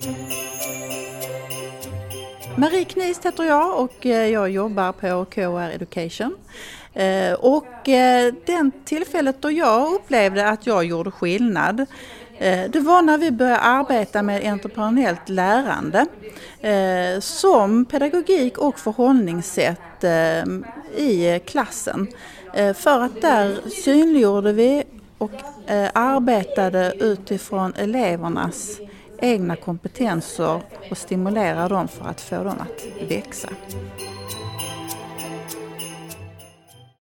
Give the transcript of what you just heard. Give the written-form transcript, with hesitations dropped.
Marie Knist heter jag och jag jobbar på KR Education. Och den tillfället då jag upplevde att jag gjorde skillnad, det var när vi började arbeta med entreprenöriellt lärande som pedagogik och förhållningssätt i klassen. För att där synliggjorde vi och arbetade utifrån elevernas egna kompetenser och stimulera dem för att få dem att växa.